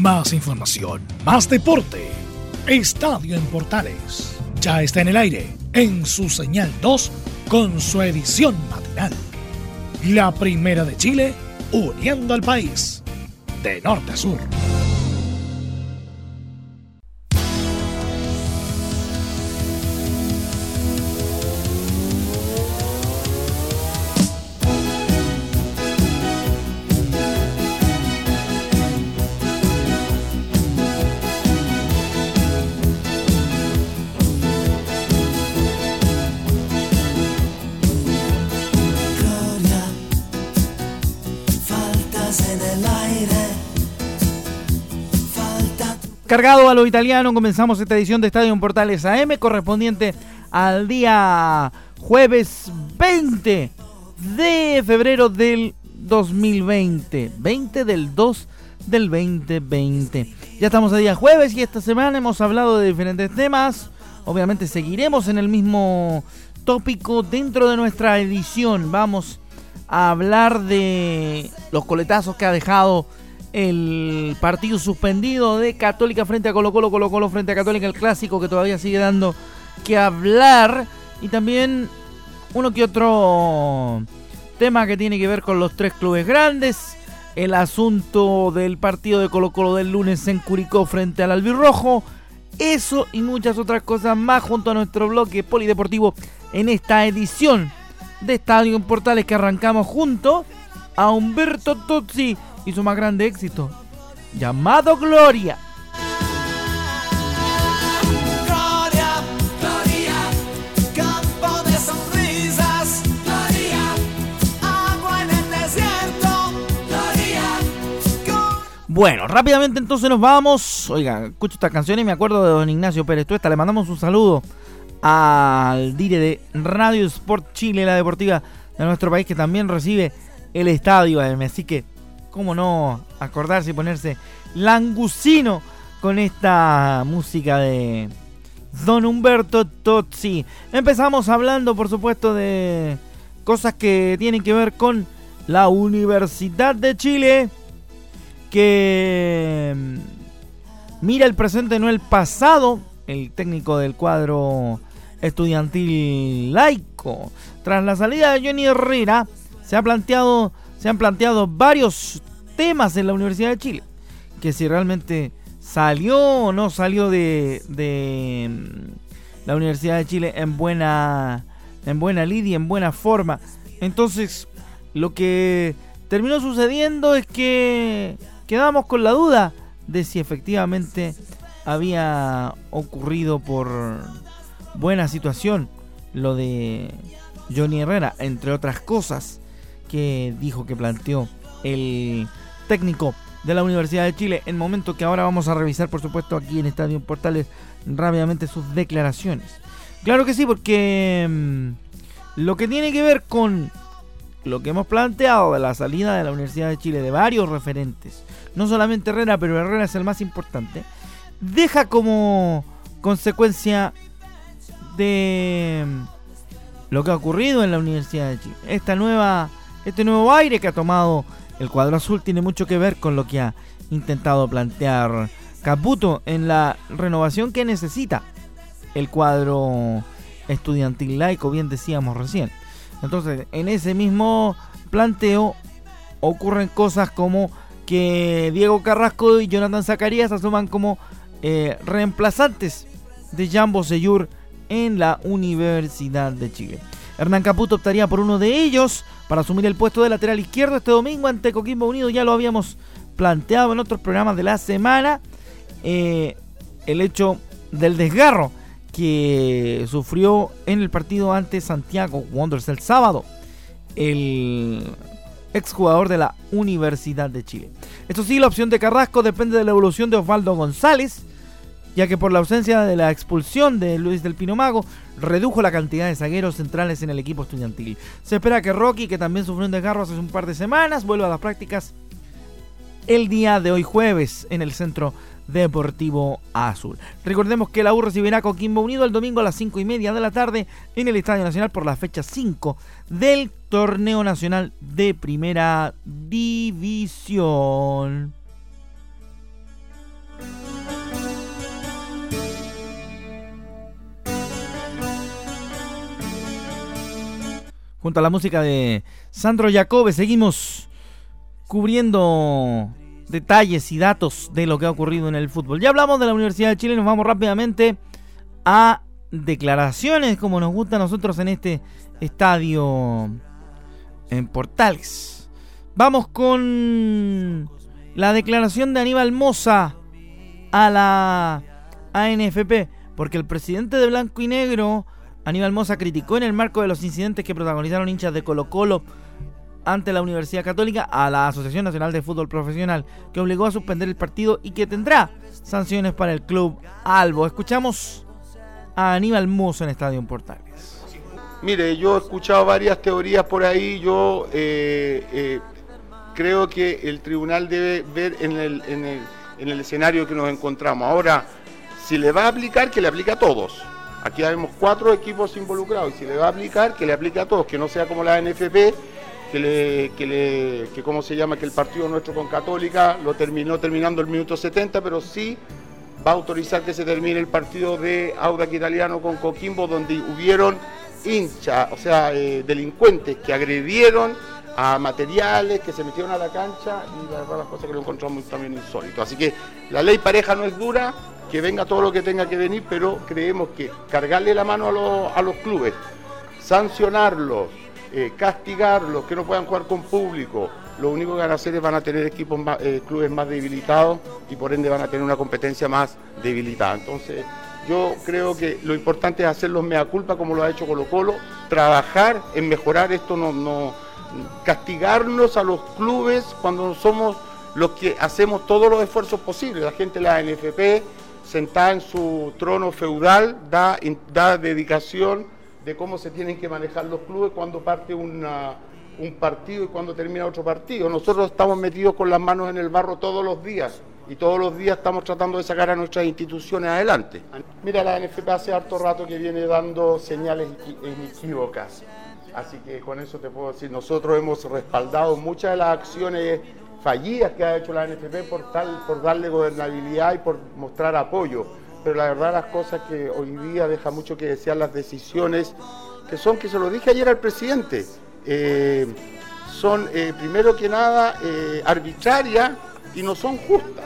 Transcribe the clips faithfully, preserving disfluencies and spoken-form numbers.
Más información, más deporte. Estadio en Portales ya está en el aire en su señal dos con su edición matinal. La primera de Chile, uniendo al país de norte a sur. Cargado a lo italiano, comenzamos esta edición de Estadio en Portales A M correspondiente al día jueves veinte de febrero del dos mil veinte. veinte del dos del veinte veinte. Ya estamos a día jueves y esta semana hemos hablado de diferentes temas. Obviamente seguiremos en el mismo tópico dentro de nuestra edición. Vamos a hablar de los coletazos que ha dejado el partido suspendido de Católica frente a Colo Colo, Colo Colo frente a Católica, el clásico que todavía sigue dando que hablar, y también uno que otro tema que tiene que ver con los tres clubes grandes, el asunto del partido de Colo Colo del lunes en Curicó frente al Albirrojo, eso y muchas otras cosas más junto a nuestro bloque polideportivo en esta edición de Estadio en Portales que arrancamos junto a Humberto Tozzi y su más grande éxito, llamado Gloria. Gloria, Gloria, campo de sonrisas, Gloria, agua en el desierto, Gloria. Go- Bueno, rápidamente entonces nos vamos. Oiga, escucho esta canción y me acuerdo de don Ignacio Pérez Tuesta. Le mandamos un saludo al dire de Radio Sport Chile, la deportiva de nuestro país, que también recibe el Estadio A M. Así que cómo no acordarse y ponerse langusino con esta música de don Humberto Tozzi. Empezamos hablando, por supuesto, de cosas que tienen que ver con la Universidad de Chile, que mira el presente, no el pasado. El técnico del cuadro estudiantil laico, tras la salida de Johnny Herrera, se ha planteado Se han planteado varios temas en la Universidad de Chile, que si realmente salió o no salió de, de la Universidad de Chile en buena, en buena lid y en buena forma. Entonces, lo que terminó sucediendo es que quedamos con la duda de si efectivamente había ocurrido por buena situación lo de Johnny Herrera, entre otras cosas que dijo, que planteó el técnico de la Universidad de Chile, en momento que ahora vamos a revisar, por supuesto, aquí en Estadio Portales rápidamente sus declaraciones. Claro que sí, porque mmm, lo que tiene que ver con lo que hemos planteado de la salida de la Universidad de Chile de varios referentes, no solamente Herrera, pero Herrera es el más importante, deja como consecuencia de lo que ha ocurrido en la Universidad de Chile. Esta nueva Este nuevo aire que ha tomado el cuadro azul tiene mucho que ver con lo que ha intentado plantear Caputo en la renovación que necesita el cuadro estudiantil laico, bien decíamos recién. Entonces, en ese mismo planteo ocurren cosas como que Diego Carrasco y Jonathan Zacarías asuman como eh, reemplazantes de Jambo Seyur en la Universidad de Chile. Hernán Caputo optaría por uno de ellos para asumir el puesto de lateral izquierdo este domingo ante Coquimbo Unido. Ya lo habíamos planteado en otros programas de la semana. Eh, el hecho del desgarro que sufrió en el partido ante Santiago Wanderers el sábado el exjugador de la Universidad de Chile. Esto sí, la opción de Carrasco depende de la evolución de Osvaldo González, ya que por la ausencia de la expulsión de Luis del Pino Mago, redujo la cantidad de zagueros centrales en el equipo estudiantil. Se espera que Rocky, que también sufrió un desgarro hace un par de semanas, vuelva a las prácticas el día de hoy jueves en el Centro Deportivo Azul. Recordemos que la U recibirá a Coquimbo Unido el domingo a las cinco y media de la tarde en el Estadio Nacional por la fecha cinco del Torneo Nacional de Primera División. junto a la música de Sandro Jacobe, seguimos cubriendo detalles y datos de lo que ha ocurrido en el fútbol. Ya hablamos de la Universidad de Chile, nos vamos rápidamente a declaraciones, como nos gusta a nosotros en este estadio en Portales. Vamos con la declaración de Aníbal Mosa a la A N F P, porque el presidente de Blanco y Negro, Aníbal Mosa, criticó en el marco de los incidentes que protagonizaron hinchas de Colo-Colo ante la Universidad Católica a la Asociación Nacional de Fútbol Profesional, que obligó a suspender el partido y que tendrá sanciones para el club albo. Escuchamos a Aníbal Mosa en Estadio Portales. Mire, yo he escuchado varias teorías por ahí. Yo eh, eh, creo que el tribunal debe ver en el, en, el, en el escenario que nos encontramos. Ahora, si le va a aplicar, que le aplique a todos. Aquí vemos cuatro equipos involucrados y si le va a aplicar, que le aplique a todos, que no sea como la N F P, que le, que le, que cómo se llama, que el partido nuestro con Católica lo terminó terminando el minuto setenta, pero sí va a autorizar que se termine el partido de Audax Italiano con Coquimbo, donde hubieron hinchas, o sea, eh, delincuentes que agredieron a materiales, que se metieron a la cancha, y la verdad las cosas que lo encontramos también insólito. Así que la ley pareja no es dura, que venga todo lo que tenga que venir, pero creemos que cargarle la mano a los, a los clubes, sancionarlos, eh, castigarlos, que no puedan jugar con público, lo único que van a hacer es van a tener equipos más, eh, clubes más debilitados y por ende van a tener una competencia más debilitada. Entonces yo creo que lo importante es hacer los mea culpa como lo ha hecho Colo-Colo, trabajar en mejorar esto, no, no castigarnos a los clubes cuando somos los que hacemos todos los esfuerzos posibles. La gente de la N F P, sentada en su trono feudal, da, da dedicación de cómo se tienen que manejar los clubes cuando parte una, un partido y cuando termina otro partido. Nosotros estamos metidos con las manos en el barro todos los días y todos los días estamos tratando de sacar a nuestras instituciones adelante. Mira, la N F P hace harto rato que viene dando señales inequívocas, así que con eso te puedo decir, nosotros hemos respaldado muchas de las acciones fallidas que ha hecho la N F P por, tal, por darle gobernabilidad y por mostrar apoyo, pero la verdad las cosas que hoy día deja mucho que desear las decisiones que son, que se lo dije ayer al presidente, eh, son eh, primero que nada eh, arbitrarias y no son justas.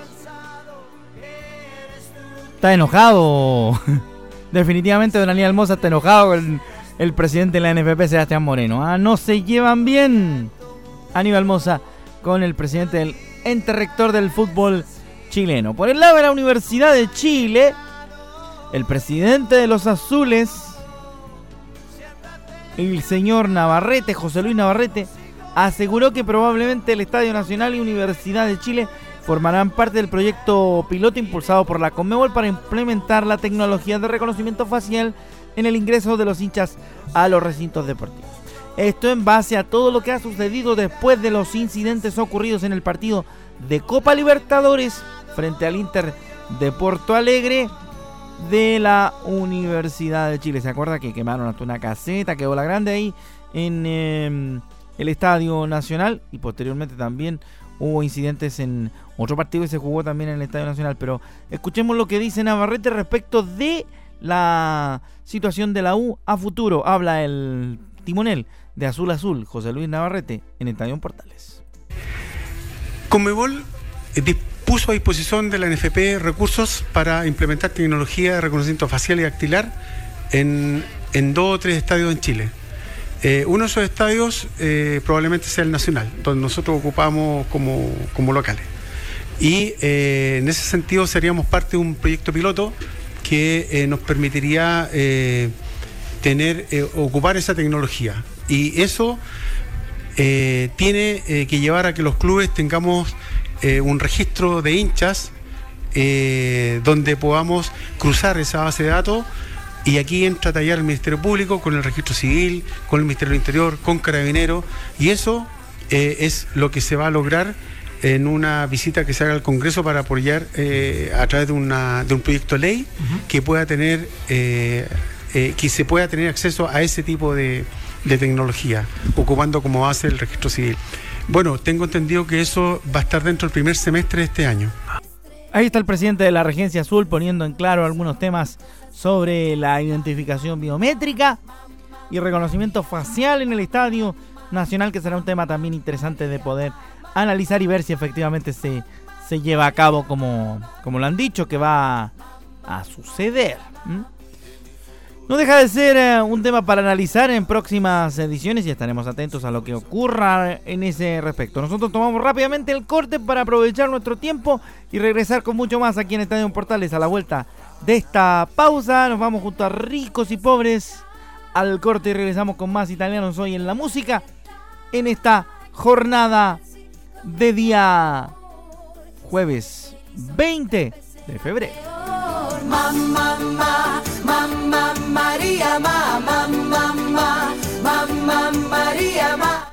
Está enojado, definitivamente don Aníbal Mosa está enojado con el presidente de la N F P, Sebastián Moreno. ¿Ah? No se llevan bien Aníbal Mosa con el presidente del ente rector del fútbol chileno. Por el lado de la Universidad de Chile, el presidente de los Azules, el señor Navarrete, José Luis Navarrete, aseguró que probablemente el Estadio Nacional y Universidad de Chile formarán parte del proyecto piloto impulsado por la Conmebol para implementar la tecnología de reconocimiento facial en el ingreso de los hinchas a los recintos deportivos. Esto en base a todo lo que ha sucedido después de los incidentes ocurridos en el partido de Copa Libertadores frente al Inter de Porto Alegre de la Universidad de Chile. ¿Se acuerda que quemaron hasta una caseta, quedó la grande ahí en eh, el Estadio Nacional? Y posteriormente también hubo incidentes en otro partido que se jugó también en el Estadio Nacional. Pero escuchemos lo que dice Navarrete respecto de la situación de la U a futuro. Habla el timonel de Azul Azul, José Luis Navarrete, en Estadio Portales. Conmebol puso a disposición de la N F P recursos para implementar tecnología de reconocimiento facial y dactilar en, en dos o tres estadios en Chile. Eh, uno de esos estadios eh, probablemente sea el Nacional, donde nosotros ocupamos como, como locales. Y eh, en ese sentido seríamos parte de un proyecto piloto que eh, nos permitiría eh, tener, eh, ocupar esa tecnología. Y eso eh, tiene eh, que llevar a que los clubes tengamos eh, un registro de hinchas eh, donde podamos cruzar esa base de datos, y aquí entra a tallar el Ministerio Público con el Registro Civil, con el Ministerio del Interior, con Carabineros, y eso eh, es lo que se va a lograr en una visita que se haga al Congreso para apoyar eh, a través de, una, de un proyecto de ley uh-huh. que pueda tener eh, eh, que se pueda tener acceso a ese tipo de, de tecnología, ocupando como base el Registro Civil. Bueno, tengo entendido que eso va a estar dentro del primer semestre de este año. Ahí está el presidente de la Regencia Azul poniendo en claro algunos temas sobre la identificación biométrica. y reconocimiento facial en el Estadio Nacional, que será un tema también interesante de poder analizar y ver si efectivamente se, se lleva a cabo como, como lo han dicho que va a, a suceder. ¿Mm? No deja de ser eh, un tema para analizar en próximas ediciones y estaremos atentos a lo que ocurra en ese respecto. Nosotros tomamos rápidamente el corte para aprovechar nuestro tiempo y regresar con mucho más aquí en Estadio Portales. A la vuelta de esta pausa nos vamos junto a Ricos y Pobres al corte y regresamos con más Italianos Hoy en la Música en esta jornada de día jueves veinte de febrero. Mamma, mamma, mamma María, mamma, mamma, mamma María, ma.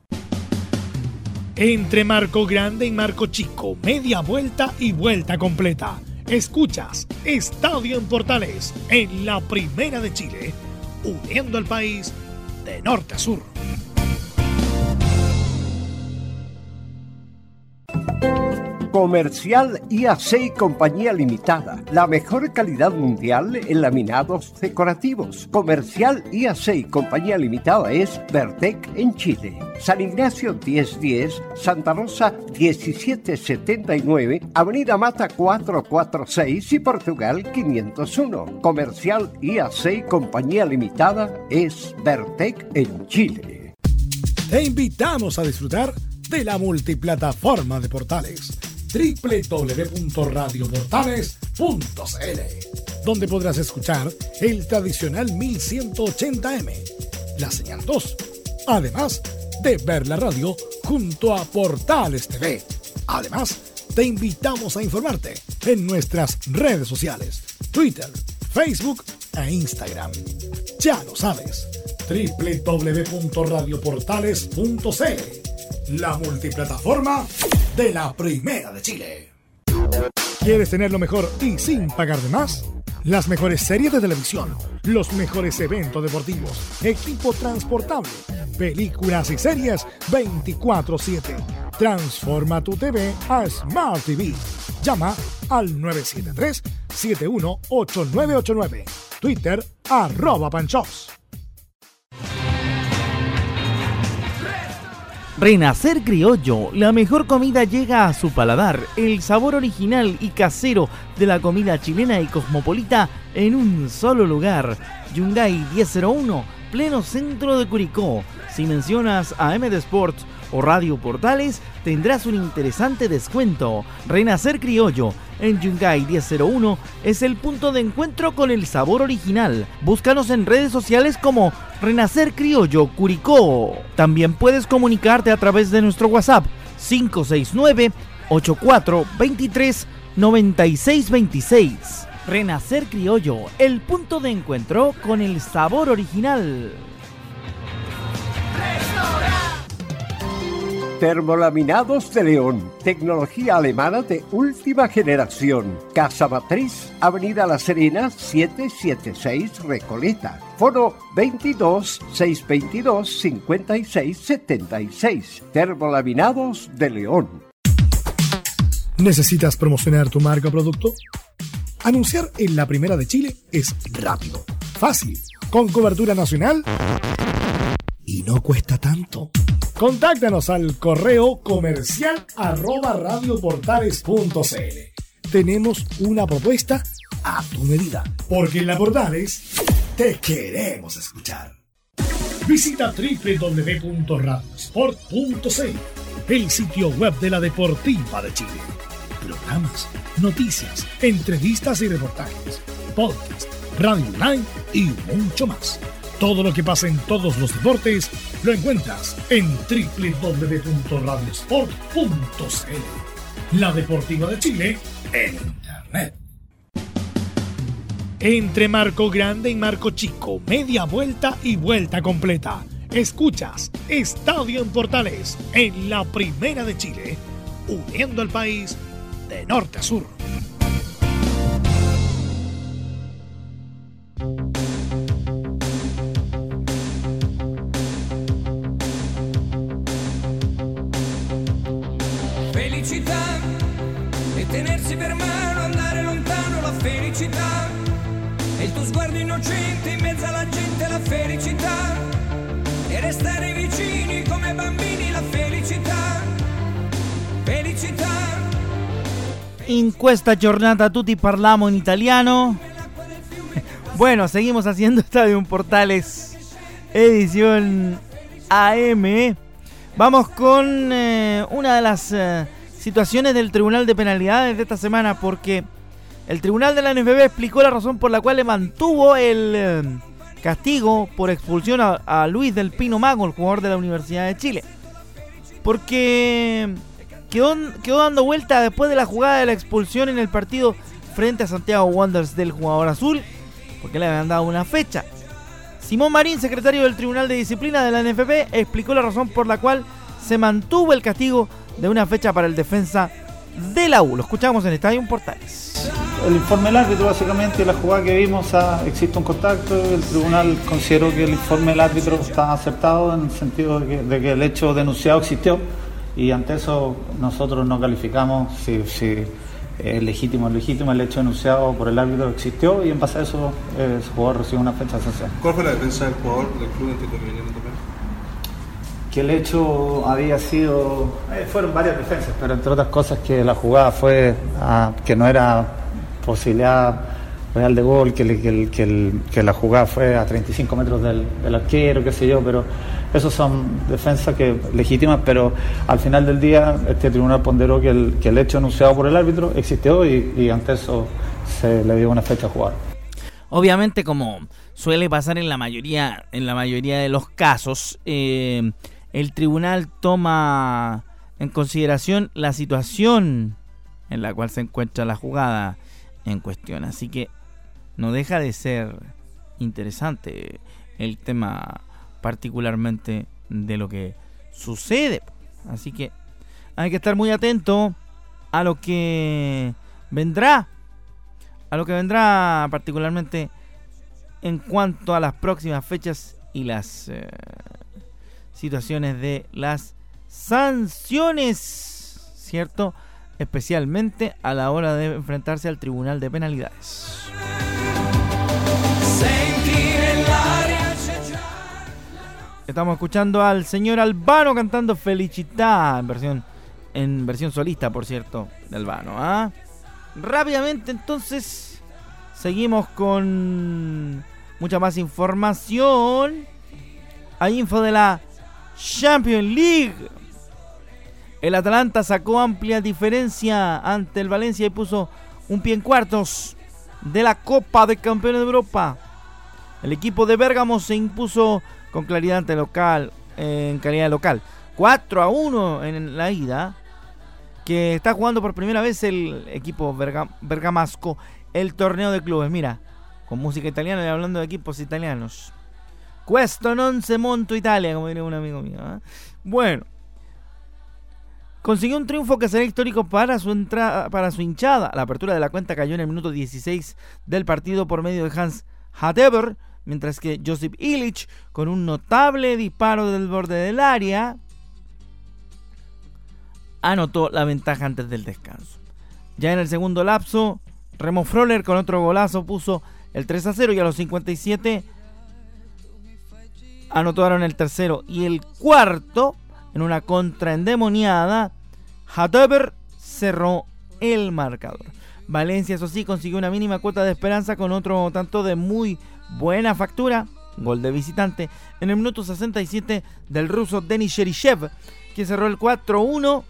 Entre Marco Grande y Marco Chico, media vuelta y vuelta completa. Escuchas Estadio en Portales en la Primera de Chile, uniendo al país de norte a sur. Comercial I A C y Compañía Limitada. La mejor calidad mundial en laminados decorativos. Comercial I A C y Compañía Limitada es Vertec en Chile. San Ignacio diez diez, Santa Rosa diecisiete setenta y nueve, Avenida Mata cuatrocientos cuarenta y seis y Portugal quinientos uno. Comercial I A C y Compañía Limitada es Vertec en Chile. Te invitamos a disfrutar de la multiplataforma de Portales doble u doble u doble u punto radio portales punto c l, donde podrás escuchar el tradicional mil ciento ochenta eme, la señal dos, además de ver la radio junto a Portales T V. Además, te invitamos a informarte en nuestras redes sociales, Twitter, Facebook e Instagram. Ya lo sabes, doble u doble u doble u punto radio portales punto c l, la multiplataforma de la Primera de Chile. ¿Quieres tener lo mejor y sin pagar de más? Las mejores series de televisión, los mejores eventos deportivos, equipo transportable, películas y series veinticuatro siete. Transforma tu T V a Smart T V. Llama al nueve siete tres, siete uno ocho nueve ocho nueve. Twitter, arroba Panchops. Renacer Criollo, la mejor comida llega a su paladar, el sabor original y casero de la comida chilena y cosmopolita en un solo lugar. Yungay diez cero uno, pleno centro de Curicó. Si mencionas a M D Sports o Radio Portales, tendrás un interesante descuento. Renacer Criollo en Yungay diez cero uno es el punto de encuentro con el sabor original. Búscanos en redes sociales como Renacer Criollo Curicó. También puedes comunicarte a través de nuestro WhatsApp cinco seis nueve, ocho cuatro dos tres, nueve seis dos seis. Renacer Criollo, el punto de encuentro con el sabor original. Termolaminados de León, tecnología alemana de última generación. Casa Matriz, Avenida La Serena, setecientos setenta y seis Recoleta. Foro veintidós, seiscientos veintidós, cincuenta y seis setenta y seis. Termolaminados de León. ¿Necesitas promocionar tu marca o producto? Anunciar en la Primera de Chile es rápido, fácil, con cobertura nacional y no cuesta tanto. Contáctanos al correo comercial arroba radioportales punto c l. Tenemos una propuesta a tu medida, porque en la Portales te queremos escuchar. Visita doble u doble u doble u punto radiosport punto c l, el sitio web de la Deportiva de Chile. Programas, noticias, entrevistas y reportajes, podcast, radio online y mucho más. Todo lo que pasa en todos los deportes lo encuentras en doble u doble u doble u punto radiosport punto c l. La Deportiva de Chile en Internet. Entre Marco Grande y Marco Chico, media vuelta y vuelta completa. Escuchas Estadio en Portales en la Primera de Chile, uniendo al país de norte a sur. Felicità e tenersi per mano, andare lontano, la felicità e il tuo sguardo in innocente in mezzo alla gente la felicità e restare vicini come bambini la felicità, felicità. In questa giornata tutti parliamo in italiano. Bueno, seguimos haciendo Estadio Portales edición A M. Vamos con eh, una de las eh, situaciones del Tribunal de Penalidades de esta semana, porque el Tribunal de la N F B explicó la razón por la cual le mantuvo el eh, castigo por expulsión a, a Luis del Pino Mago, el jugador de la Universidad de Chile. Porque quedó, quedó dando vuelta después de la jugada de la expulsión en el partido frente a Santiago Wanderers del jugador azul, porque le habían dado una fecha. Simón Marín, secretario del Tribunal de Disciplina de la N F P, explicó la razón por la cual se mantuvo el castigo de una fecha para el defensa de la U. Lo escuchamos en Estadio Portales. El informe del árbitro, básicamente, la jugada que vimos, ah, existe un contacto. El tribunal consideró que el informe del árbitro está aceptado en el sentido de que, de que el hecho denunciado existió, y ante eso nosotros no calificamos si, si es legítimo o legítimo. El hecho denunciado por el árbitro existió, y en base a eso eh, el jugador recibe una fecha sanción. ¿Cuál fue la defensa del jugador del club anticonveniente también? Que el hecho había sido... Eh, fueron varias defensas, pero entre otras cosas que la jugada fue ah, que no era posibilidad real de gol, que, que, el, que, el, que la jugada fue a treinta y cinco metros del, del arquero, qué sé yo, pero esos son defensas que legítimas, pero al final del día este tribunal ponderó que el, que el hecho anunciado por el árbitro existió, y, y ante eso se le dio una fecha a jugar. Obviamente, como suele pasar en la mayoría, en la mayoría de los casos, eh, el tribunal toma en consideración la situación en la cual se encuentra la jugada en cuestión. Así que no deja de ser interesante el tema, particularmente de lo que sucede. Así que hay que estar muy atento a lo que vendrá, a lo que vendrá particularmente en cuanto a las próximas fechas y las eh, situaciones de las sanciones, ¿cierto? Especialmente a la hora de enfrentarse al Tribunal de Penalidades. Estamos escuchando al señor Albano cantando Felicità en versión, en versión solista, por cierto, de Albano, ¿ah? Rápidamente, entonces, seguimos con mucha más información. Hay info de la Champions League. El Atalanta sacó amplia diferencia ante el Valencia y puso un pie en cuartos de la Copa de Campeones de Europa. El equipo de Bérgamo se impuso con claridad ante local, en calidad de local. cuatro a uno en la ida, que está jugando por primera vez el equipo berga, bergamasco el torneo de clubes. Mira, con música italiana y hablando de equipos italianos. Questo non se monto Italia, como diría un amigo mío, ¿eh? Bueno, consiguió un triunfo que será histórico para su entrada, para su hinchada. La apertura de la cuenta cayó en el minuto dieciséis del partido por medio de Hans Hateber, mientras que Josip Ilić, con un notable disparo del borde del área, anotó la ventaja antes del descanso. Ya en el segundo lapso, Remo Freuler con otro golazo puso el tres a cero, y a los cincuenta y siete anotaron el tercero y el cuarto. En una contra endemoniada, Hateber cerró el marcador. Valencia, eso sí, consiguió una mínima cuota de esperanza con otro tanto de muy buena factura, gol de visitante, en el minuto sesenta y siete del ruso Denis Cheryshev, que cerró el cuatro a uno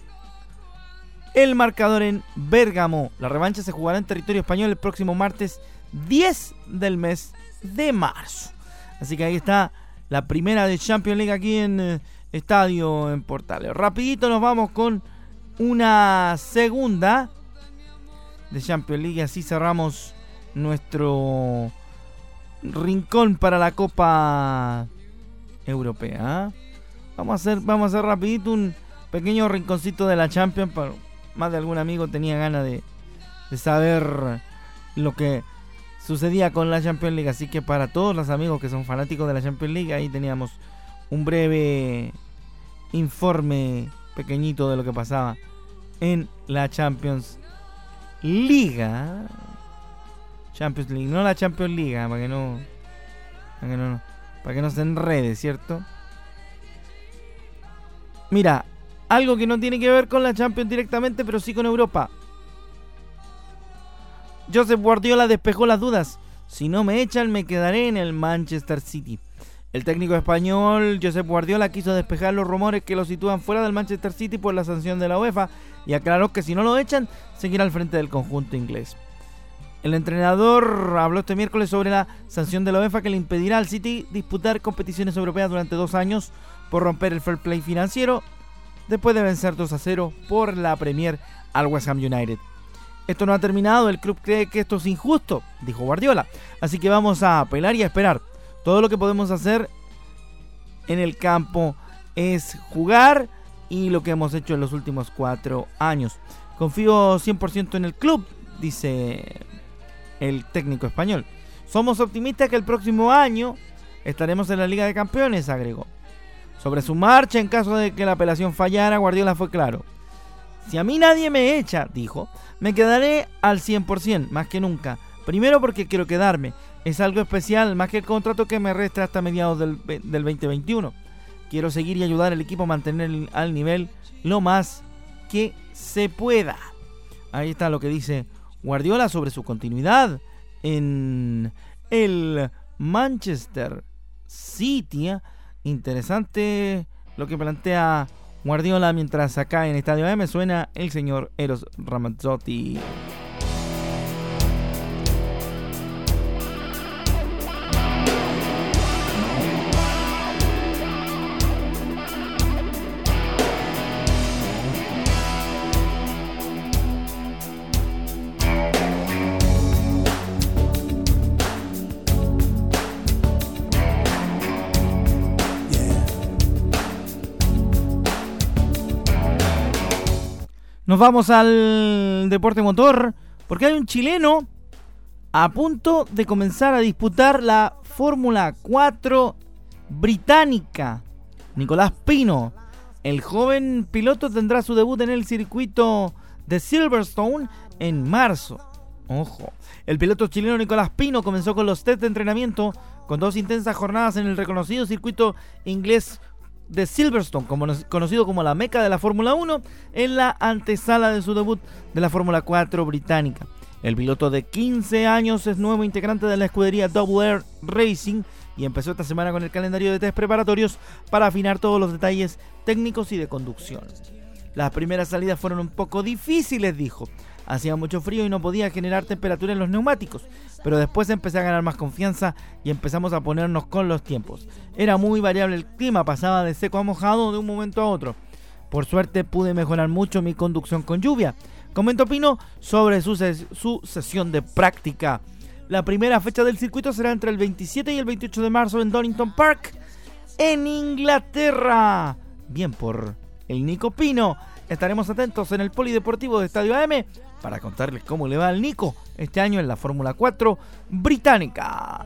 el marcador en Bérgamo. La revancha se jugará en territorio español el próximo martes diez del mes de marzo. Así que ahí está la primera de Champions League aquí en eh, Estadio en Portales. Rapidito nos vamos con una segunda de Champions League, así cerramos nuestro rincón para la Copa Europea. Vamos a hacer, vamos a hacer rapidito un pequeño rinconcito de la Champions, pero más de algún amigo tenía ganas de, de saber lo que sucedía con la Champions League, así que para todos los amigos que son fanáticos de la Champions League, ahí teníamos un breve informe pequeñito de lo que pasaba en la Champions League. Champions League, no la Champions League, para que no, para que no, para que no se enrede, ¿cierto? Mira, algo que no tiene que ver con la Champions directamente, pero sí con Europa. Josep Guardiola despejó las dudas. Si no me echan, me quedaré en el Manchester City. El técnico español Josep Guardiola quiso despejar los rumores que lo sitúan fuera del Manchester City por la sanción de la UEFA y aclaró que si no lo echan, seguirá al frente del conjunto inglés. El entrenador habló este miércoles sobre la sanción de la UEFA que le impedirá al City disputar competiciones europeas durante dos años por romper el fair play financiero después de vencer dos a cero por la Premier al West Ham United. Esto no ha terminado, el club cree que esto es injusto, dijo Guardiola, así que vamos a apelar y a esperar. Todo lo que podemos hacer en el campo es jugar y lo que hemos hecho en los últimos cuatro años. Confío cien por ciento en el club, dice el técnico español. Somos optimistas que el próximo año estaremos en la Liga de Campeones, agregó. Sobre su marcha en caso de que la apelación fallara, Guardiola fue claro. Si a mí nadie me echa, dijo, me quedaré al cien por ciento, más que nunca. Primero porque quiero quedarme. Es algo especial, más que el contrato que me resta hasta mediados del, del veinte veintiuno. Quiero seguir y ayudar al equipo a mantener al nivel lo más que se pueda. Ahí está lo que dice Guardiola sobre su continuidad en el Manchester City. Interesante lo que plantea Guardiola, mientras acá en Estadio A M suena el señor Eros Ramazzotti. Nos vamos al deporte motor, porque hay un chileno a punto de comenzar a disputar la Fórmula cuatro británica. Nicolás Pino, el joven piloto, tendrá su debut en el circuito de Silverstone en marzo. Ojo, el piloto chileno Nicolás Pino comenzó con los test de entrenamiento con dos intensas jornadas en el reconocido circuito inglés de Silverstone, como conocido como la meca de la Fórmula uno, en la antesala de su debut de la Fórmula cuatro británica. El piloto de quince años es nuevo integrante de la escudería Double Air Racing y empezó esta semana con el calendario de test preparatorios para afinar todos los detalles técnicos y de conducción. Las primeras salidas fueron un poco difíciles, dijo. Hacía mucho frío y no podía generar temperatura en los neumáticos, pero después empecé a ganar más confianza y empezamos a ponernos con los tiempos. Era muy variable el clima, pasaba de seco a mojado de un momento a otro. Por suerte pude mejorar mucho mi conducción con lluvia, comentó Pino sobre su, ses- su sesión de práctica. La primera fecha del circuito será entre el veintisiete y el veintiocho de marzo en Donington Park, en Inglaterra. Bien por el Nico Pino. Estaremos atentos en el Polideportivo de Estadio A M para contarles cómo le va al Nico este año en la Fórmula cuatro británica.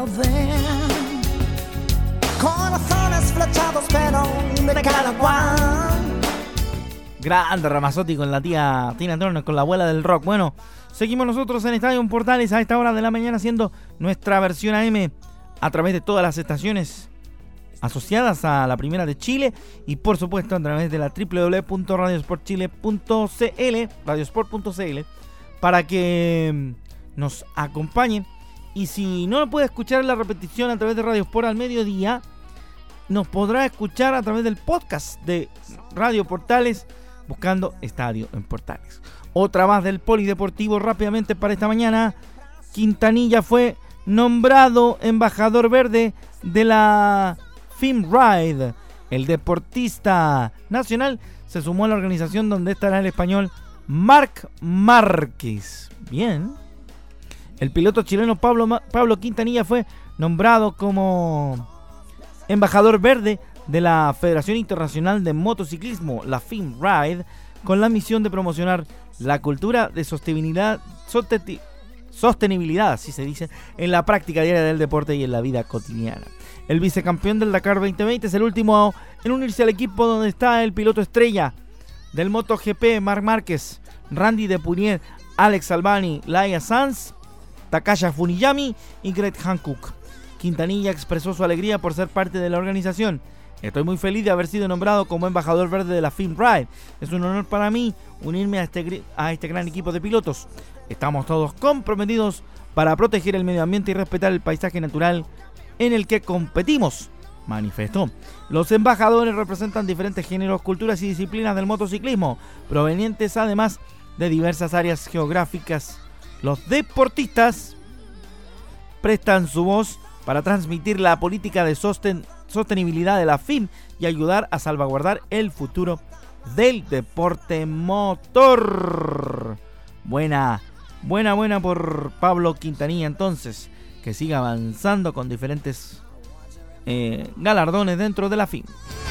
Corazones flechados, pero de cada cual. Grande Ramazzotti con la tía Tina Turner, con la abuela del rock. Bueno, seguimos nosotros en Estadio Portales a esta hora de la mañana haciendo nuestra versión A M a través de todas las estaciones asociadas a la Primera de Chile y por supuesto a través de la doble u doble u doble u punto radiosport chile punto c l, radiosport punto c l, para que nos acompañen. Y si no lo puede escuchar en la repetición a través de Radiosport al mediodía, nos podrá escuchar a través del podcast de Radio Portales buscando Estadio en Portales. Otra más del Polideportivo rápidamente para esta mañana. Quintanilla fue nombrado embajador verde de la FIMRIDE. El deportista nacional se sumó a la organización donde estará el español Marc Márquez. Bien. El piloto chileno Pablo, Pablo Quintanilla fue nombrado como embajador verde de la Federación Internacional de Motociclismo, la FIMRIDE, con la misión de promocionar la cultura de sostenibilidad, sostenibilidad, así se dice, en la práctica diaria del deporte y en la vida cotidiana. El vicecampeón del Dakar veinte veinte es el último en unirse al equipo donde está el piloto estrella del MotoGP, Marc Márquez, Randy Depunier, Alex Albani, Laia Sanz Takaya Funiyami y Greg Hancock. Quintanilla expresó su alegría por ser parte de la organización. Estoy muy feliz de haber sido nombrado como embajador verde de la FIMRIDE. Es un honor para mí unirme a este, a este gran equipo de pilotos. Estamos todos comprometidos para proteger el medio ambiente y respetar el paisaje natural en el que competimos, manifestó. Los embajadores representan diferentes géneros, culturas y disciplinas del motociclismo, provenientes además de diversas áreas geográficas. Los deportistas prestan su voz para transmitir la política de sosten sostenibilidad de la F I M y ayudar a salvaguardar el futuro del deporte motor. Buena, buena, buena por Pablo Quintanilla entonces, que siga avanzando con diferentes eh, galardones dentro de la F I M.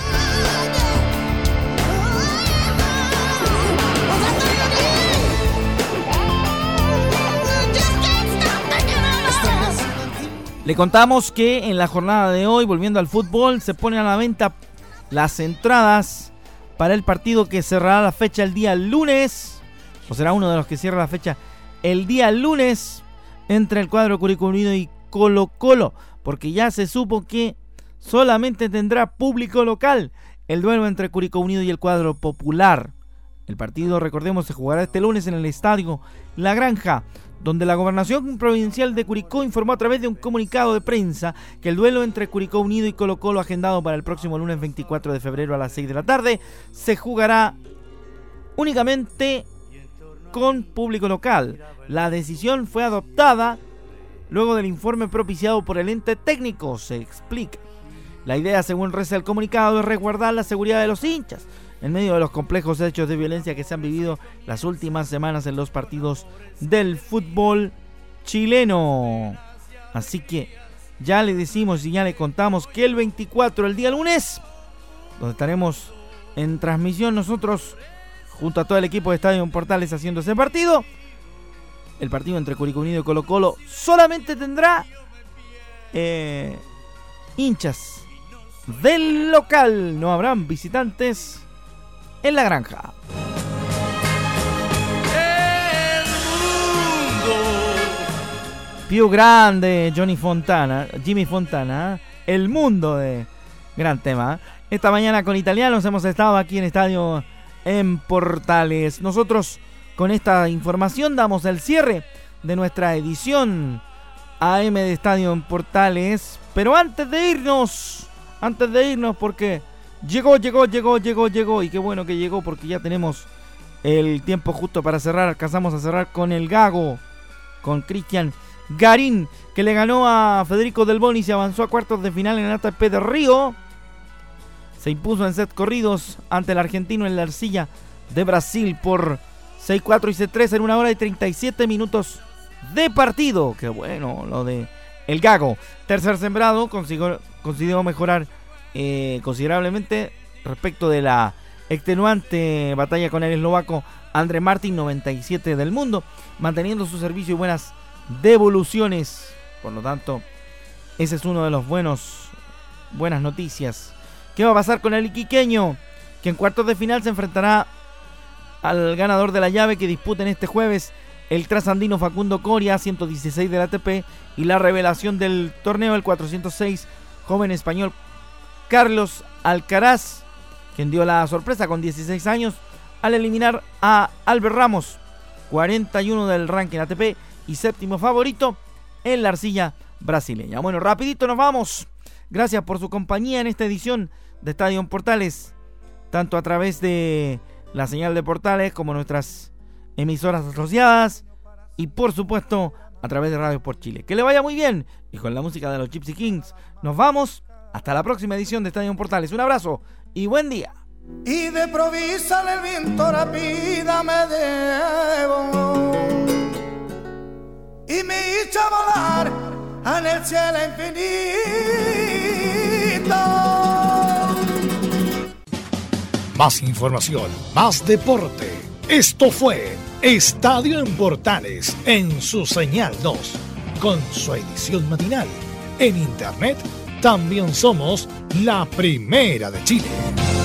Le contamos que en la jornada de hoy, volviendo al fútbol, se ponen a la venta las entradas para el partido que cerrará la fecha el día lunes, o será uno de los que cierra la fecha el día lunes, entre el cuadro Curicó Unido y Colo Colo, porque ya se supo que solamente tendrá público local el duelo entre Curicó Unido y el cuadro popular. El partido, recordemos, se jugará este lunes en el estadio La Granja, donde la Gobernación Provincial de Curicó informó a través de un comunicado de prensa que el duelo entre Curicó Unido y Colo Colo, agendado para el próximo lunes veinticuatro de febrero a las seis de la tarde, se jugará únicamente con público local. La decisión fue adoptada luego del informe propiciado por el ente técnico, se explica. La idea, según reza el comunicado, es resguardar la seguridad de los hinchas en medio de los complejos hechos de violencia que se han vivido las últimas semanas en los partidos del fútbol chileno. Así que ya le decimos y ya le contamos que el veinticuatro, el día lunes, donde estaremos en transmisión nosotros junto a todo el equipo de Estadio Portales haciendo ese partido, el partido entre Curicó Unido y Colo Colo solamente tendrá eh, hinchas del local, no habrán visitantes en La Granja. Pío Grande, Johnny Fontana, Jimmy Fontana, El Mundo, de gran tema. Esta mañana con Italianos hemos estado aquí en Estadio en Portales. Nosotros con esta información damos el cierre de nuestra edición A M de Estadio en Portales. Pero antes de irnos, antes de irnos porque Llegó, llegó, llegó, llegó, llegó. Y qué bueno que llegó porque ya tenemos el tiempo justo para cerrar. Alcanzamos a cerrar con el Gago, con Cristian Garín, que le ganó a Federico Del Boni y se avanzó a cuartos de final en el A T P de Río. Se impuso en set corridos ante el argentino en la arcilla de Brasil por seis cuatro y seis tres en una hora y treinta y siete minutos de partido. Qué bueno lo de el Gago. Tercer sembrado, consiguió, consiguió mejorar Eh, considerablemente respecto de la extenuante batalla con el eslovaco André Martin, noventa y siete del mundo, manteniendo su servicio y buenas devoluciones. Por lo tanto, ese es uno de los buenos buenas noticias. ¿Qué va a pasar con el iquiqueño? Que en cuartos de final se enfrentará al ganador de la llave que disputen este jueves el trasandino Facundo Coria, ciento dieciséis del A T P, y la revelación del torneo, el cuatrocientos seis, joven español Carlos Alcaraz, quien dio la sorpresa con dieciséis años al eliminar a Albert Ramos, cuarenta y uno del ranking A T P y séptimo favorito en la arcilla brasileña. Bueno, rapidito nos vamos. Gracias por su compañía en esta edición de Estadio Portales, tanto a través de la señal de Portales como nuestras emisoras asociadas y por supuesto a través de Radio Sport Chile. Que le vaya muy bien y con la música de los Gypsy Kings nos vamos. Hasta la próxima edición de Estadio Portales. Un abrazo y buen día. Y de provisa el viento rápida me debo y me echa a volar en el cielo infinito. Más información, más deporte. Esto fue Estadio en Portales en su señal dos, con su edición matinal. En internet también somos la primera de Chile.